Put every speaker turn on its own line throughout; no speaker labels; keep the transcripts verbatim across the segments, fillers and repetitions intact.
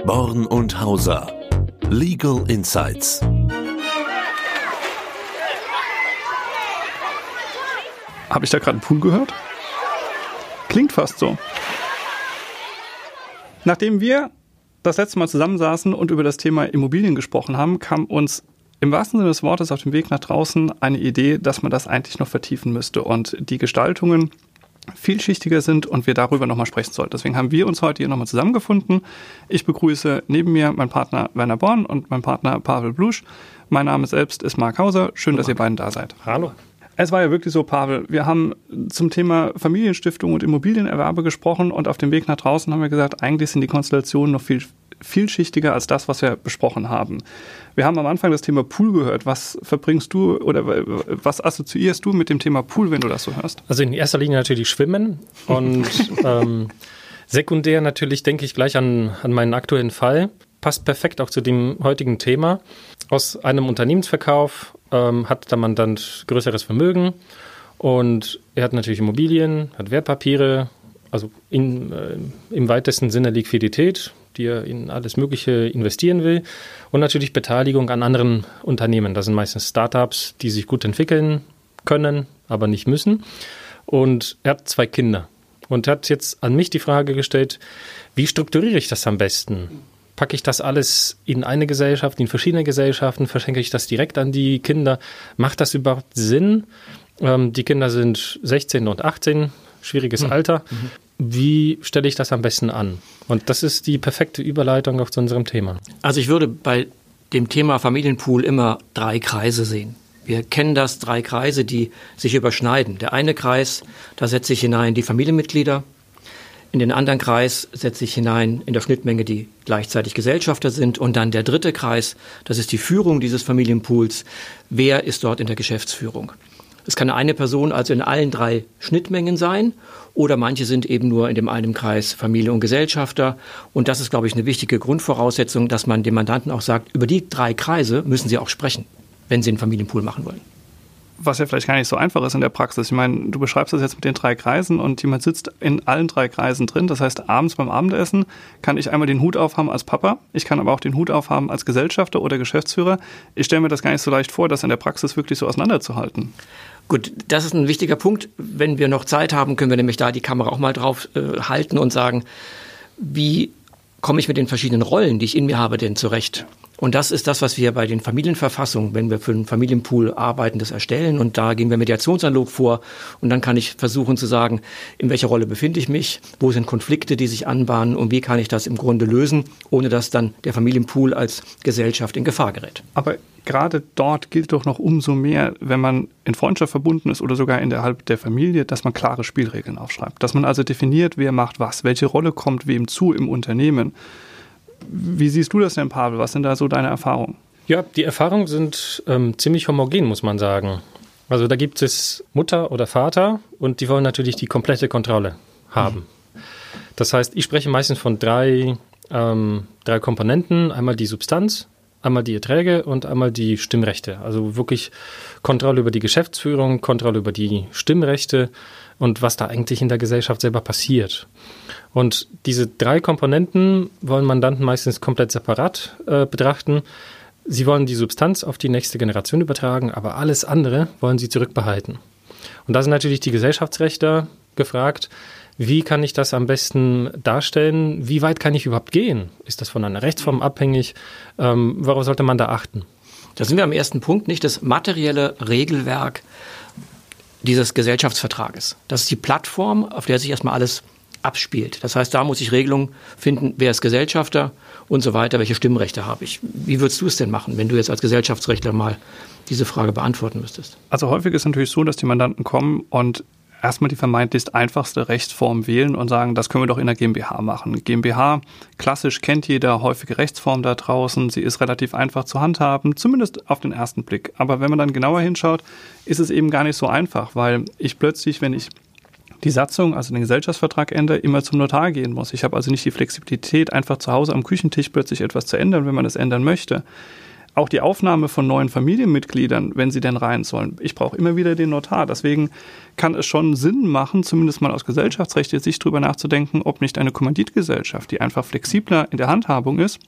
Born und Hauser. Legal Insights.
Habe ich da gerade einen Pool gehört? Klingt fast so. Nachdem wir das letzte Mal zusammensaßen und über das Thema Immobilien gesprochen haben, kam uns im wahrsten Sinne des Wortes auf dem Weg nach draußen eine Idee, dass man das eigentlich noch vertiefen müsste und die Gestaltungen vielschichtiger sind und wir darüber nochmal sprechen sollten. Deswegen haben wir uns heute hier nochmal zusammengefunden. Ich begrüße neben mir meinen Partner Werner Born und meinen Partner Pavel Blusch. Mein Name selbst ist Marc Hauser. Schön, Hallo, dass ihr beiden da seid.
Hallo.
Es war ja wirklich so, Pavel, wir haben zum Thema Familienstiftung und Immobilienerwerbe gesprochen und auf dem Weg nach draußen haben wir gesagt, eigentlich sind die Konstellationen noch viel vielschichtiger als das, was wir besprochen haben. Wir haben am Anfang das Thema Pool gehört. Was verbringst du oder was assoziierst du mit dem Thema Pool, wenn du das so hörst?
Also in erster Linie natürlich Schwimmen und ähm, sekundär natürlich denke ich gleich an, an meinen aktuellen Fall. Passt perfekt auch zu dem heutigen Thema. Aus einem Unternehmensverkauf ähm, hat der Mandant größeres Vermögen und er hat natürlich Immobilien, hat Wertpapiere, also in, äh, im weitesten Sinne Liquidität, die er in alles Mögliche investieren will und natürlich Beteiligung an anderen Unternehmen. Das sind meistens Startups, die sich gut entwickeln können, aber nicht müssen. Und er hat zwei Kinder und er hat jetzt an mich die Frage gestellt, wie strukturiere ich das am besten? Packe ich das alles in eine Gesellschaft, in verschiedene Gesellschaften, verschenke ich das direkt an die Kinder? Macht das überhaupt Sinn? Ähm, die Kinder sind sechzehn und achtzehn, schwieriges mhm. Alter. Mhm. Wie stelle ich das am besten an? Und das ist die perfekte Überleitung auch zu unserem Thema.
Also ich würde bei dem Thema Familienpool immer drei Kreise sehen. Wir kennen das, drei Kreise, die sich überschneiden. Der eine Kreis, da setze ich hinein die Familienmitglieder. In den anderen Kreis setze ich hinein in der Schnittmenge, die gleichzeitig Gesellschafter sind. Und dann der dritte Kreis, das ist die Führung dieses Familienpools. Wer ist dort in der Geschäftsführung? Es kann eine Person also in allen drei Schnittmengen sein oder manche sind eben nur in dem einen Kreis Familie und Gesellschafter. Und das ist, glaube ich, eine wichtige Grundvoraussetzung, dass man dem Mandanten auch sagt, über die drei Kreise müssen Sie auch sprechen, wenn Sie einen Familienpool machen wollen.
Was ja vielleicht gar nicht so einfach ist in der Praxis. Ich meine, du beschreibst das jetzt mit den drei Kreisen und jemand sitzt in allen drei Kreisen drin. Das heißt, abends beim Abendessen kann ich einmal den Hut aufhaben als Papa. Ich kann aber auch den Hut aufhaben als Gesellschafter oder Geschäftsführer. Ich stelle mir das gar nicht so leicht vor, das in der Praxis wirklich so auseinanderzuhalten.
Gut, das ist ein wichtiger Punkt. Wenn wir noch Zeit haben, können wir nämlich da die Kamera auch mal drauf äh, halten und sagen, wie komme ich mit den verschiedenen Rollen, die ich in mir habe, denn zurecht? Und das ist das, was wir bei den Familienverfassungen, wenn wir für einen Familienpool arbeiten, das erstellen. Und da gehen wir mediationsanalog vor. Und dann kann ich versuchen zu sagen, in welcher Rolle befinde ich mich, wo sind Konflikte, die sich anbahnen und wie kann ich das im Grunde lösen, ohne dass dann der Familienpool als Gesellschaft in Gefahr gerät.
Aber gerade dort gilt doch noch umso mehr, wenn man in Freundschaft verbunden ist oder sogar innerhalb der Familie, dass man klare Spielregeln aufschreibt. Dass man also definiert, wer macht was, welche Rolle kommt wem zu im Unternehmen. Wie siehst du das denn, Pavel? Was sind da so deine Erfahrungen?
Ja, die Erfahrungen sind ähm, ziemlich homogen, muss man sagen. Also da gibt es Mutter oder Vater und die wollen natürlich die komplette Kontrolle haben. Mhm. Das heißt, ich spreche meistens von drei, ähm, drei Komponenten. Einmal die Substanz, einmal die Erträge und einmal die Stimmrechte. Also wirklich Kontrolle über die Geschäftsführung, Kontrolle über die Stimmrechte und was da eigentlich in der Gesellschaft selber passiert. Und diese drei Komponenten wollen Mandanten meistens komplett separat äh, betrachten. Sie wollen die Substanz auf die nächste Generation übertragen, aber alles andere wollen sie zurückbehalten. Und da sind natürlich die Gesellschaftsrechtler gefragt, wie kann ich das am besten darstellen? Wie weit kann ich überhaupt gehen? Ist das von einer Rechtsform abhängig? Ähm, worauf sollte man da achten?
Da sind wir am ersten Punkt, nicht das materielle Regelwerk dieses Gesellschaftsvertrages. Das ist die Plattform, auf der sich erstmal alles abspielt. Das heißt, da muss ich Regelungen finden, wer ist Gesellschafter und so weiter, welche Stimmrechte habe ich. Wie würdest du es denn machen, wenn du jetzt als Gesellschaftsrechtler mal diese Frage beantworten müsstest?
Also häufig ist es natürlich so, dass die Mandanten kommen und erstmal die vermeintlich einfachste Rechtsform wählen und sagen, das können wir doch in der GmbH machen. GmbH, klassisch kennt jeder, häufige Rechtsform da draußen. Sie ist relativ einfach zu handhaben, zumindest auf den ersten Blick. Aber wenn man dann genauer hinschaut, ist es eben gar nicht so einfach, weil ich plötzlich, wenn ich die Satzung, also den Gesellschaftsvertrag ändere, immer zum Notar gehen muss. Ich habe also nicht die Flexibilität, einfach zu Hause am Küchentisch plötzlich etwas zu ändern, wenn man das ändern möchte. auch die Aufnahme von neuen Familienmitgliedern, wenn sie denn rein sollen. Ich brauche immer wieder den Notar. Deswegen kann es schon Sinn machen, zumindest mal aus gesellschaftsrechtlicher Sicht drüber nachzudenken, ob nicht eine Kommanditgesellschaft, die einfach flexibler in der Handhabung ist,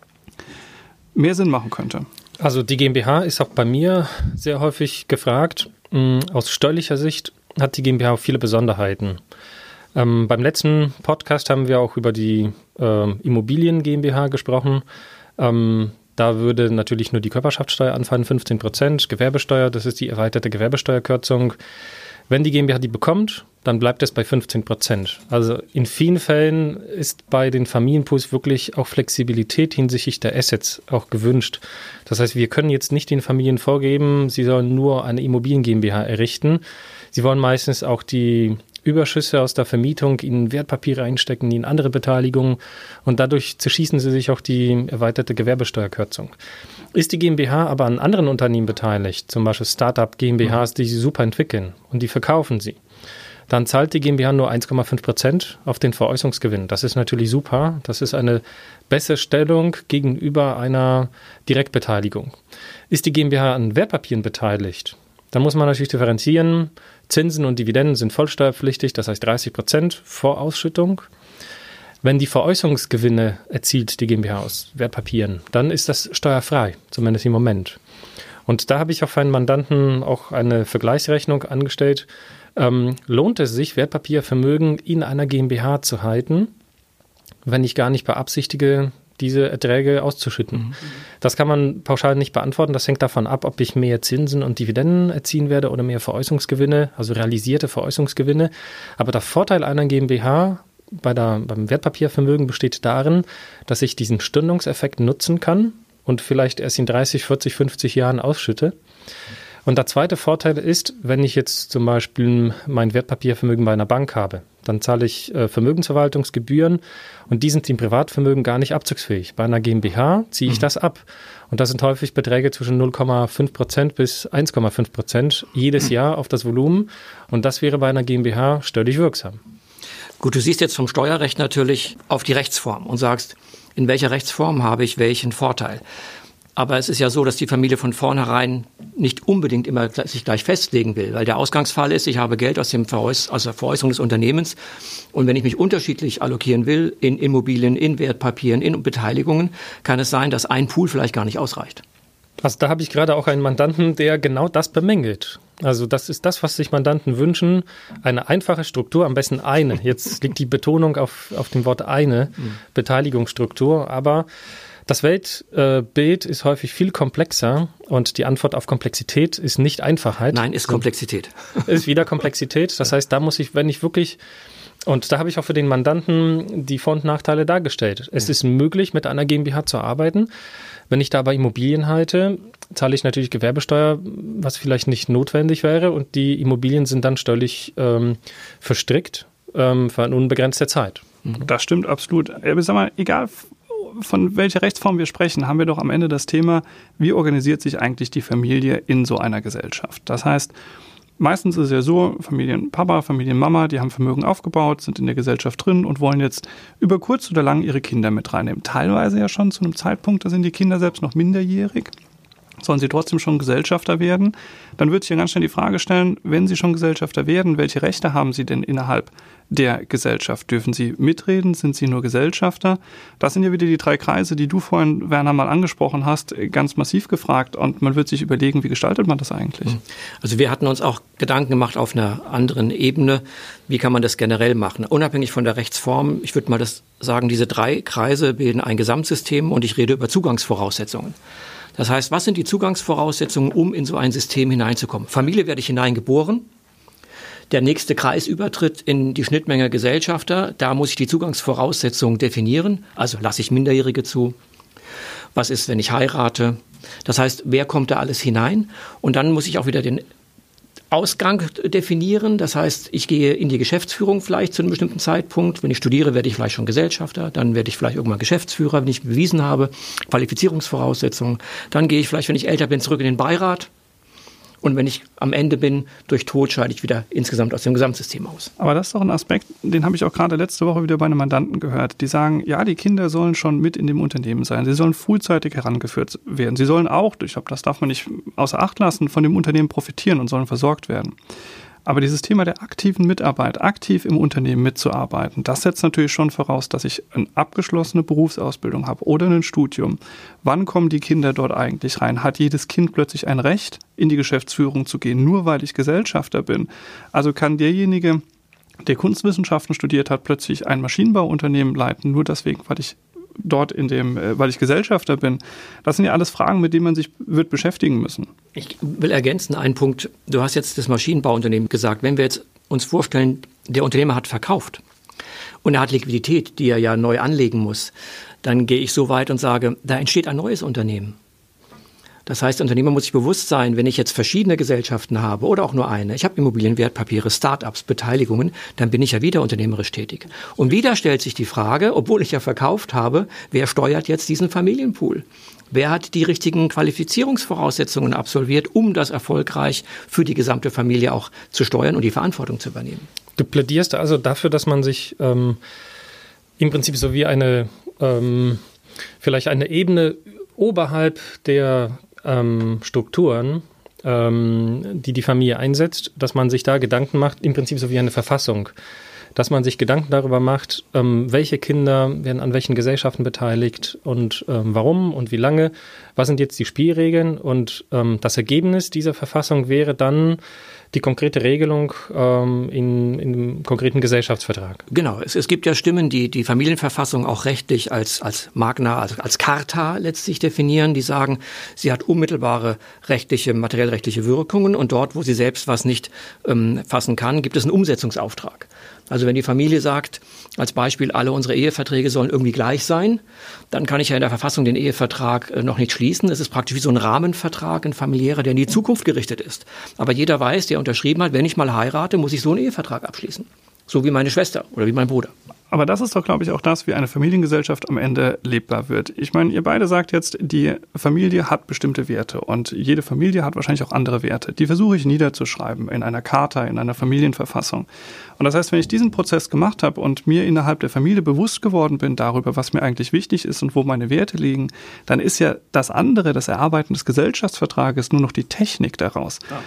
mehr Sinn machen könnte.
Also die GmbH ist auch bei mir sehr häufig gefragt. Aus steuerlicher Sicht hat die GmbH auch viele Besonderheiten. Ähm, beim letzten Podcast haben wir auch über die äh, Immobilien GmbH gesprochen. Ähm, da würde natürlich nur die Körperschaftssteuer anfallen, fünfzehn Prozent, Gewerbesteuer, das ist die erweiterte Gewerbesteuerkürzung. Wenn die GmbH die bekommt, dann bleibt es bei fünfzehn Prozent. Also in vielen Fällen ist bei den Familienpools wirklich auch Flexibilität hinsichtlich der Assets auch gewünscht. Das heißt, wir können jetzt nicht den Familien vorgeben, sie sollen nur eine Immobilien GmbH errichten. Sie wollen meistens auch die Überschüsse aus der Vermietung in Wertpapiere einstecken, in andere Beteiligungen und dadurch zerschießen sie sich auch die erweiterte Gewerbesteuerkürzung. Ist die GmbH aber an anderen Unternehmen beteiligt, zum Beispiel Start-up GmbHs, die sie super entwickeln und die verkaufen sie, dann zahlt die GmbH nur eins Komma fünf Prozent auf den Veräußerungsgewinn. Das ist natürlich super. Das ist eine bessere Stellung gegenüber einer Direktbeteiligung. Ist die GmbH an Wertpapieren beteiligt, dann muss man natürlich differenzieren. Zinsen und Dividenden sind vollsteuerpflichtig, das heißt dreißig Prozent vor Ausschüttung. Wenn die Veräußerungsgewinne erzielt die GmbH aus Wertpapieren, dann ist das steuerfrei, zumindest im Moment. Und da habe ich auch für einen Mandanten auch eine Vergleichsrechnung angestellt. Ähm, lohnt es sich, Wertpapiervermögen in einer GmbH zu halten, wenn ich gar nicht beabsichtige, diese Erträge auszuschütten? Mhm. Das kann man pauschal nicht beantworten. Das hängt davon ab, ob ich mehr Zinsen und Dividenden erzielen werde oder mehr Veräußerungsgewinne, also realisierte Veräußerungsgewinne. Aber der Vorteil einer GmbH bei der, beim Wertpapiervermögen besteht darin, dass ich diesen Stundungseffekt nutzen kann und vielleicht erst in dreißig, vierzig, fünfzig Jahren ausschütte. Und der zweite Vorteil ist, wenn ich jetzt zum Beispiel mein Wertpapiervermögen bei einer Bank habe, dann zahle ich äh, Vermögensverwaltungsgebühren und die sind im Privatvermögen gar nicht abzugsfähig. Bei einer GmbH ziehe ich mhm. das ab. Und das sind häufig Beträge zwischen null Komma fünf Prozent bis eins Komma fünf Prozent jedes Jahr auf das Volumen. Und das wäre bei einer GmbH steuerlich wirksam.
Gut, du siehst jetzt vom Steuerrecht natürlich auf die Rechtsform und sagst, in welcher Rechtsform habe ich welchen Vorteil. Aber es ist ja so, dass die Familie von vornherein nicht unbedingt immer sich gleich festlegen will, weil der Ausgangsfall ist, ich habe Geld aus, dem Veräuß- aus der Veräußerung des Unternehmens und wenn ich mich unterschiedlich allokieren will, in Immobilien, in Wertpapieren, in Beteiligungen, kann es sein, dass ein Pool vielleicht gar nicht ausreicht.
Also da habe ich gerade auch einen Mandanten, der genau das bemängelt. Also das ist das, was sich Mandanten wünschen, eine einfache Struktur, am besten eine. Jetzt liegt die Betonung auf, auf dem Wort eine, mhm. Beteiligungsstruktur, aber das Weltbild ist häufig viel komplexer und die Antwort auf Komplexität ist nicht Einfachheit.
Nein, ist Komplexität.
Ist wieder Komplexität. Das heißt, da muss ich, wenn ich wirklich, und da habe ich auch für den Mandanten die Vor- und Nachteile dargestellt. Es ist möglich, mit einer GmbH zu arbeiten. Wenn ich dabei Immobilien halte, zahle ich natürlich Gewerbesteuer, was vielleicht nicht notwendig wäre. Und die Immobilien sind dann steuerlich ähm, verstrickt ähm, für eine unbegrenzte Zeit.
Das stimmt absolut. Ich sag mal, egal von welcher Rechtsform wir sprechen, haben wir doch am Ende das Thema, wie organisiert sich eigentlich die Familie in so einer Gesellschaft. Das heißt, meistens ist es ja so, Familienpapa, Familienmama, die haben Vermögen aufgebaut, sind in der Gesellschaft drin und wollen jetzt über kurz oder lang ihre Kinder mit reinnehmen. Teilweise ja schon zu einem Zeitpunkt, da sind die Kinder selbst noch minderjährig. Sollen sie trotzdem schon Gesellschafter werden? Dann würde ich ja ganz schnell die Frage stellen, wenn sie schon Gesellschafter werden, welche Rechte haben sie denn innerhalb der Gesellschaft? Dürfen sie mitreden? Sind sie nur Gesellschafter? Das sind ja wieder die drei Kreise, die du vorhin, Werner, mal angesprochen hast, ganz massiv gefragt. Und man wird sich überlegen, wie gestaltet man das eigentlich?
Also wir hatten uns auch Gedanken gemacht auf einer anderen Ebene. Wie kann man das generell machen? Unabhängig von der Rechtsform, ich würde mal das sagen, diese drei Kreise bilden ein Gesamtsystem und ich rede über Zugangsvoraussetzungen. Das heißt, was sind die Zugangsvoraussetzungen, um in so ein System hineinzukommen? Familie werde ich hineingeboren. Der nächste Kreisübertritt in die Schnittmenge Gesellschafter, da muss ich die Zugangsvoraussetzungen definieren. Also lasse ich Minderjährige zu. Was ist, wenn ich heirate? Das heißt, wer kommt da alles hinein? Und dann muss ich auch wieder den Ausgang definieren. Das heißt, ich gehe in die Geschäftsführung vielleicht zu einem bestimmten Zeitpunkt. Wenn ich studiere, werde ich vielleicht schon Gesellschafter. Dann werde ich vielleicht irgendwann Geschäftsführer, wenn ich bewiesen habe. Qualifizierungsvoraussetzungen. Dann gehe ich vielleicht, wenn ich älter bin, zurück in den Beirat. Und wenn ich am Ende bin, durch Tod scheide ich wieder insgesamt aus dem Gesamtsystem aus.
Aber das ist doch ein Aspekt, den habe ich auch gerade letzte Woche wieder bei einem Mandanten gehört. Die sagen, ja, die Kinder sollen schon mit in dem Unternehmen sein. Sie sollen frühzeitig herangeführt werden. Sie sollen auch, ich glaube, das darf man nicht außer Acht lassen, von dem Unternehmen profitieren und sollen versorgt werden. Aber dieses Thema der aktiven Mitarbeit, aktiv im Unternehmen mitzuarbeiten, das setzt natürlich schon voraus, dass ich eine abgeschlossene Berufsausbildung habe oder ein Studium. Wann kommen die Kinder dort eigentlich rein? Hat jedes Kind plötzlich ein Recht, in die Geschäftsführung zu gehen, nur weil ich Gesellschafter bin? Also kann derjenige, der Kunstwissenschaften studiert hat, plötzlich ein Maschinenbauunternehmen leiten, nur deswegen, weil ich dort in dem, weil ich Gesellschafter bin. Das sind ja alles Fragen, mit denen man sich wird beschäftigen müssen.
Ich will ergänzen einen Punkt. Du hast jetzt das Maschinenbauunternehmen gesagt. Wenn wir jetzt uns vorstellen, der Unternehmer hat verkauft und er hat Liquidität, die er ja neu anlegen muss, dann gehe ich so weit und sage, da entsteht ein neues Unternehmen. Das heißt, der Unternehmer muss sich bewusst sein, wenn ich jetzt verschiedene Gesellschaften habe oder auch nur eine, ich habe Immobilienwertpapiere, Start-ups, Beteiligungen, dann bin ich ja wieder unternehmerisch tätig. Und wieder stellt sich die Frage, obwohl ich ja verkauft habe, wer steuert jetzt diesen Familienpool? Wer hat die richtigen Qualifizierungsvoraussetzungen absolviert, um das erfolgreich für die gesamte Familie auch zu steuern und die Verantwortung zu übernehmen?
Du plädierst also dafür, dass man sich ähm, im Prinzip so wie eine, ähm, vielleicht eine Ebene oberhalb der ähm, Strukturen, ähm, die die Familie einsetzt, dass man sich da Gedanken macht, im Prinzip so wie eine Verfassung, dass man sich Gedanken darüber macht, ähm, welche Kinder werden an welchen Gesellschaften beteiligt und ähm, warum und wie lange, was sind jetzt die Spielregeln und ähm, das Ergebnis dieser Verfassung wäre dann die konkrete Regelung ähm, in, in einem konkreten Gesellschaftsvertrag.
Genau, es, es gibt ja Stimmen, die die Familienverfassung auch rechtlich als, als Magna, also als Charta letztlich definieren, die sagen, sie hat unmittelbare rechtliche, materiellrechtliche Wirkungen und dort, wo sie selbst was nicht ähm, fassen kann, gibt es einen Umsetzungsauftrag. Also wenn die Familie sagt, als Beispiel, alle unsere Eheverträge sollen irgendwie gleich sein, dann kann ich ja in der Verfassung den Ehevertrag äh, noch nicht schließen. Es ist praktisch wie so ein Rahmenvertrag, ein familiärer, der in die Zukunft gerichtet ist. Aber jeder weiß, der unterschrieben hat, wenn ich mal heirate, muss ich so einen Ehevertrag abschließen. So wie meine Schwester oder wie mein Bruder.
Aber das ist doch, glaube ich, auch das, wie eine Familiengesellschaft am Ende lebbar wird. Ich meine, ihr beide sagt jetzt, die Familie hat bestimmte Werte und jede Familie hat wahrscheinlich auch andere Werte. Die versuche ich niederzuschreiben in einer Charta, in einer Familienverfassung. Und das heißt, wenn ich diesen Prozess gemacht habe und mir innerhalb der Familie bewusst geworden bin darüber, was mir eigentlich wichtig ist und wo meine Werte liegen, dann ist ja das andere, das Erarbeiten des Gesellschaftsvertrages, nur noch die Technik daraus. Ja.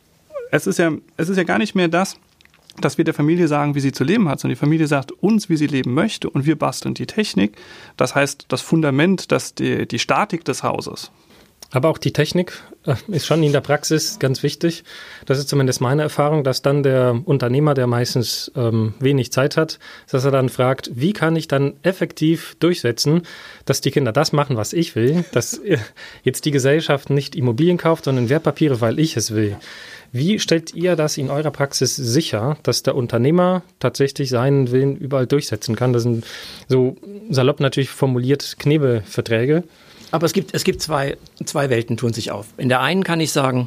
Es ist ja, es ist ja gar nicht mehr das, dass wir der Familie sagen, wie sie zu leben hat, sondern die Familie sagt uns, wie sie leben möchte und wir basteln die Technik. Das heißt, das Fundament, das die, die Statik des Hauses.
Aber auch die Technik äh, ist schon in der Praxis ganz wichtig. Das ist zumindest meine Erfahrung, dass dann der Unternehmer, der meistens ähm, wenig Zeit hat, dass er dann fragt, wie kann ich dann effektiv durchsetzen, dass die Kinder das machen, was ich will, dass äh, jetzt die Gesellschaft nicht Immobilien kauft, sondern Wertpapiere, weil ich es will. Wie stellt ihr das in eurer Praxis sicher, dass der Unternehmer tatsächlich seinen Willen überall durchsetzen kann? Das sind so salopp natürlich formuliert Knebelverträge.
Aber es gibt, es gibt zwei, zwei Welten tun sich auf. In der einen kann ich sagen,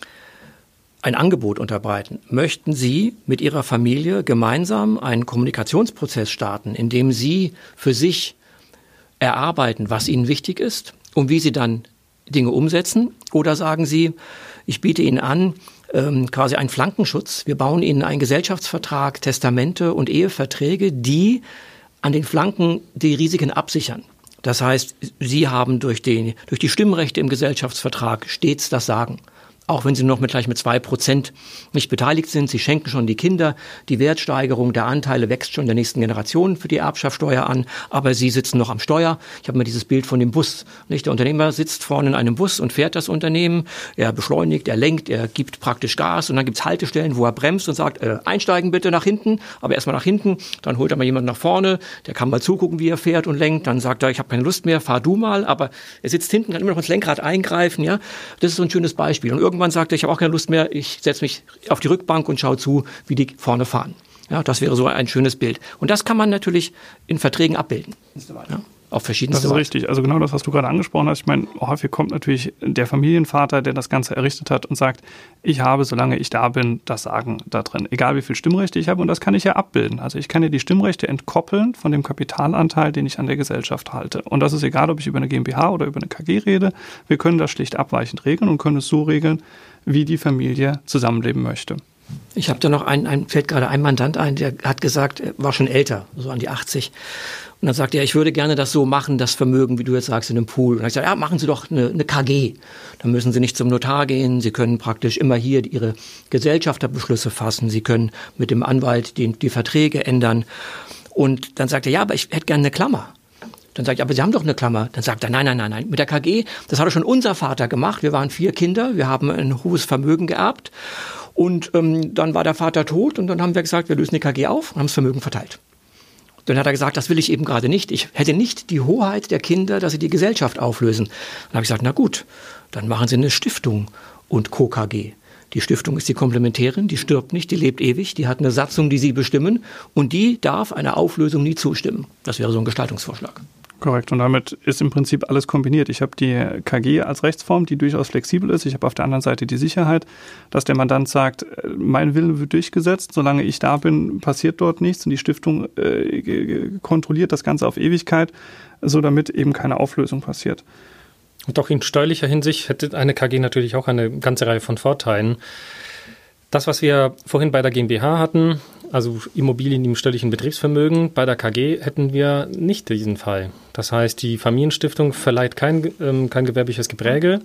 ein Angebot unterbreiten. Möchten Sie mit Ihrer Familie gemeinsam einen Kommunikationsprozess starten, in dem Sie für sich erarbeiten, was Ihnen wichtig ist und wie Sie dann Dinge umsetzen? Oder sagen Sie, ich biete Ihnen an, ähm, quasi einen Flankenschutz. Wir bauen Ihnen einen Gesellschaftsvertrag, Testamente und Eheverträge, die an den Flanken die Risiken absichern. Das heißt, Sie haben durch die, durch die Stimmrechte im Gesellschaftsvertrag stets das Sagen. Auch wenn Sie noch mit gleich mit zwei Prozent nicht beteiligt sind. Sie schenken schon die Kinder. Die Wertsteigerung der Anteile wächst schon der nächsten Generation für die Erbschaftssteuer an. Aber Sie sitzen noch am Steuer. Ich habe mir dieses Bild von dem Bus. Nicht? Der Unternehmer sitzt vorne in einem Bus und fährt das Unternehmen. Er beschleunigt, er lenkt, er gibt praktisch Gas. Und dann gibt es Haltestellen, wo er bremst und sagt, äh, einsteigen bitte nach hinten. Aber erstmal nach hinten. Dann holt er mal jemanden nach vorne. Der kann mal zugucken, wie er fährt und lenkt. Dann sagt er, ich habe keine Lust mehr, fahr du mal. Aber er sitzt hinten, kann immer noch ins Lenkrad eingreifen. Ja, das ist so ein schönes Beispiel. Und irgendwann sagt er, ich habe auch keine Lust mehr, ich setze mich auf die Rückbank und schaue zu, wie die vorne fahren. Ja, das wäre so ein schönes Bild. Und das kann man natürlich in Verträgen abbilden. Ja. auf verschiedenste
Das ist
Weise.
richtig. Also genau das, was du gerade angesprochen hast. Ich meine, häufig kommt natürlich der Familienvater, der das Ganze errichtet hat und sagt, ich habe, solange ich da bin, das Sagen da drin. Egal wie viel Stimmrechte ich habe, und das kann ich ja abbilden. Also ich kann ja die Stimmrechte entkoppeln von dem Kapitalanteil, den ich an der Gesellschaft halte. Und das ist egal, ob ich über eine GmbH oder über eine K G rede. Wir können das schlicht abweichend regeln und können es so regeln, wie die Familie zusammenleben möchte.
Ich habe da noch einen, einen, fällt gerade ein Mandant ein, der hat gesagt, er war schon älter, so an die achtzig. Und dann sagte er, ich würde gerne das so machen, das Vermögen, wie du jetzt sagst, in einem Pool. Und dann habe ich gesagt, ja, machen Sie doch eine, eine K G. Dann müssen Sie nicht zum Notar gehen. Sie können praktisch immer hier Ihre Gesellschafterbeschlüsse fassen. Sie können mit dem Anwalt die, die Verträge ändern. Und dann sagt er, ja, aber ich hätte gerne eine Klammer. Dann sagt er, aber Sie haben doch eine Klammer. Dann sagt er, nein, nein, nein, nein. Mit der K G, das hat schon unser Vater gemacht. Wir waren vier Kinder, wir haben ein hohes Vermögen geerbt. Und ähm, dann war der Vater tot und dann haben wir gesagt, wir lösen die K G auf und haben das Vermögen verteilt. Dann hat er gesagt, das will ich eben gerade nicht. Ich hätte nicht die Hoheit der Kinder, dass sie die Gesellschaft auflösen. Dann habe ich gesagt, na gut, dann machen Sie eine Stiftung und Co K G. Die Stiftung ist die Komplementärin, die stirbt nicht, die lebt ewig, die hat eine Satzung, die Sie bestimmen und die darf einer Auflösung nie zustimmen. Das wäre so ein Gestaltungsvorschlag.
Korrekt. Und damit ist im Prinzip alles kombiniert. Ich habe die K G als Rechtsform, die durchaus flexibel ist. Ich habe auf der anderen Seite die Sicherheit, dass der Mandant sagt, mein Wille wird durchgesetzt. Solange ich da bin, passiert dort nichts. Und die Stiftung äh, kontrolliert das Ganze auf Ewigkeit, so damit eben keine Auflösung passiert.
Und auch in steuerlicher Hinsicht hätte eine K G natürlich auch eine ganze Reihe von Vorteilen. Das, was wir vorhin bei der GmbH hatten, also Immobilien im steuerlichen Betriebsvermögen, bei der K G hätten wir nicht diesen Fall. Das heißt, die Familienstiftung verleiht kein, ähm, kein gewerbliches Gepräge.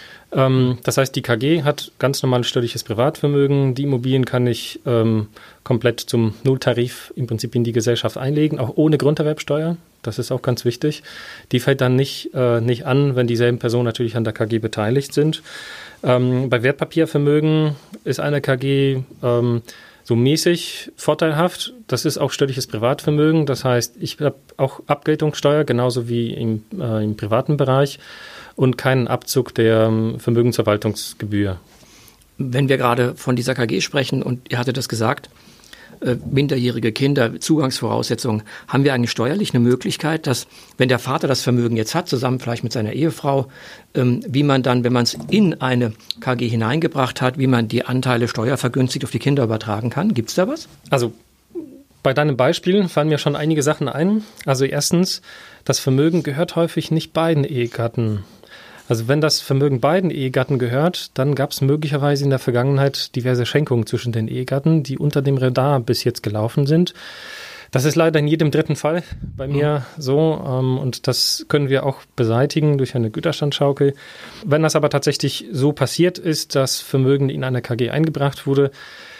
Ähm, das heißt, die K G hat ganz normales steuerliches Privatvermögen. Die Immobilien kann ich ähm, komplett zum Nulltarif im Prinzip in die Gesellschaft einlegen, auch ohne Grunderwerbsteuer. Das ist auch ganz wichtig. Die fällt dann nicht, äh, nicht an, wenn dieselben Personen natürlich an der K G beteiligt sind. Ähm, bei Wertpapiervermögen ist eine K G ähm, so mäßig vorteilhaft. Das ist auch steuerliches Privatvermögen. Das heißt, ich habe auch Abgeltungssteuer, genauso wie im, äh, im privaten Bereich und keinen Abzug der ähm, Vermögensverwaltungsgebühr.
Wenn wir gerade von dieser K G sprechen und ihr hattet das gesagt, äh, minderjährige Kinder, Zugangsvoraussetzungen, haben wir eigentlich steuerlich eine Möglichkeit, dass, wenn der Vater das Vermögen jetzt hat, zusammen vielleicht mit seiner Ehefrau, ähm, wie man dann, wenn man es in eine K G hineingebracht hat, wie man die Anteile steuervergünstigt auf die Kinder übertragen kann? Gibt es da was?
Also bei deinem Beispiel fallen mir schon einige Sachen ein. Also erstens, das Vermögen gehört häufig nicht beiden Ehegatten. Also wenn das Vermögen beiden Ehegatten gehört, dann gab es möglicherweise in der Vergangenheit diverse Schenkungen zwischen den Ehegatten, die unter dem Radar bis jetzt gelaufen sind. Das ist leider in jedem dritten Fall bei mir mhm. so ähm, und das können wir auch beseitigen durch eine Güterstandschaukel. Wenn das aber tatsächlich so passiert ist, dass Vermögen in eine K G eingebracht wurde,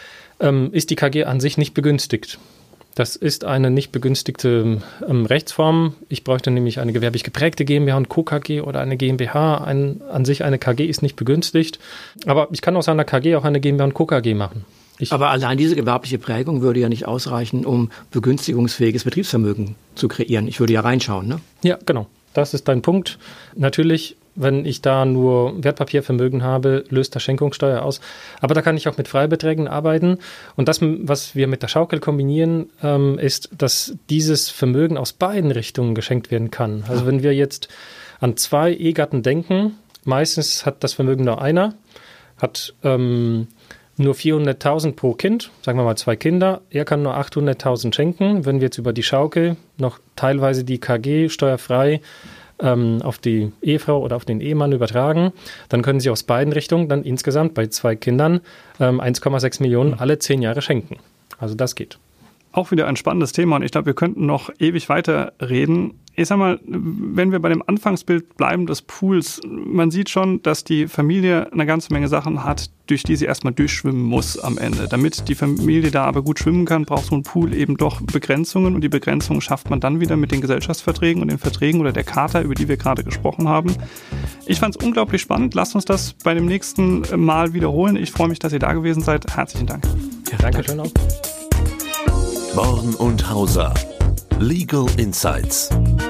ähm, ist die K G an sich nicht begünstigt. Das ist eine nicht begünstigte ähm, Rechtsform. Ich bräuchte nämlich eine gewerblich geprägte GmbH und Co K G oder eine GmbH. Ein, an sich eine K G ist nicht begünstigt. Aber ich kann aus einer K G auch eine GmbH und Co K G machen. Ich
Aber allein diese gewerbliche Prägung würde ja nicht ausreichen, um begünstigungsfähiges Betriebsvermögen zu kreieren. Ich würde ja reinschauen, ne?
Ja, genau. Das ist dein Punkt. Natürlich, wenn ich da nur Wertpapiervermögen habe, löst das Schenkungssteuer aus. Aber da kann ich auch mit Freibeträgen arbeiten. Und das, was wir mit der Schaukel kombinieren, ähm, ist, dass dieses Vermögen aus beiden Richtungen geschenkt werden kann. Also wenn wir jetzt an zwei Ehegatten denken, meistens hat das Vermögen nur einer, hat ähm, nur vierhunderttausend pro Kind, sagen wir mal zwei Kinder. Er kann nur achthunderttausend schenken. Wenn wir jetzt über die Schaukel noch teilweise die K G steuerfrei ähm, auf die Ehefrau oder auf den Ehemann übertragen, dann können sie aus beiden Richtungen dann insgesamt bei zwei Kindern ähm, eins Komma sechs Millionen alle zehn Jahre schenken. Also das geht.
Auch wieder ein spannendes Thema und ich glaube, wir könnten noch ewig weiter reden. Ich sag mal, wenn wir bei dem Anfangsbild bleiben des Pools, man sieht schon, dass die Familie eine ganze Menge Sachen hat, durch die sie erstmal durchschwimmen muss am Ende. Damit die Familie da aber gut schwimmen kann, braucht so ein Pool eben doch Begrenzungen und die Begrenzungen schafft man dann wieder mit den Gesellschaftsverträgen und den Verträgen oder der Charta, über die wir gerade gesprochen haben. Ich fand es unglaublich spannend. Lasst uns das bei dem nächsten Mal wiederholen. Ich freue mich, dass ihr da gewesen seid. Herzlichen Dank.
Ja, danke schön auch.
Born und Hauser. Legal Insights.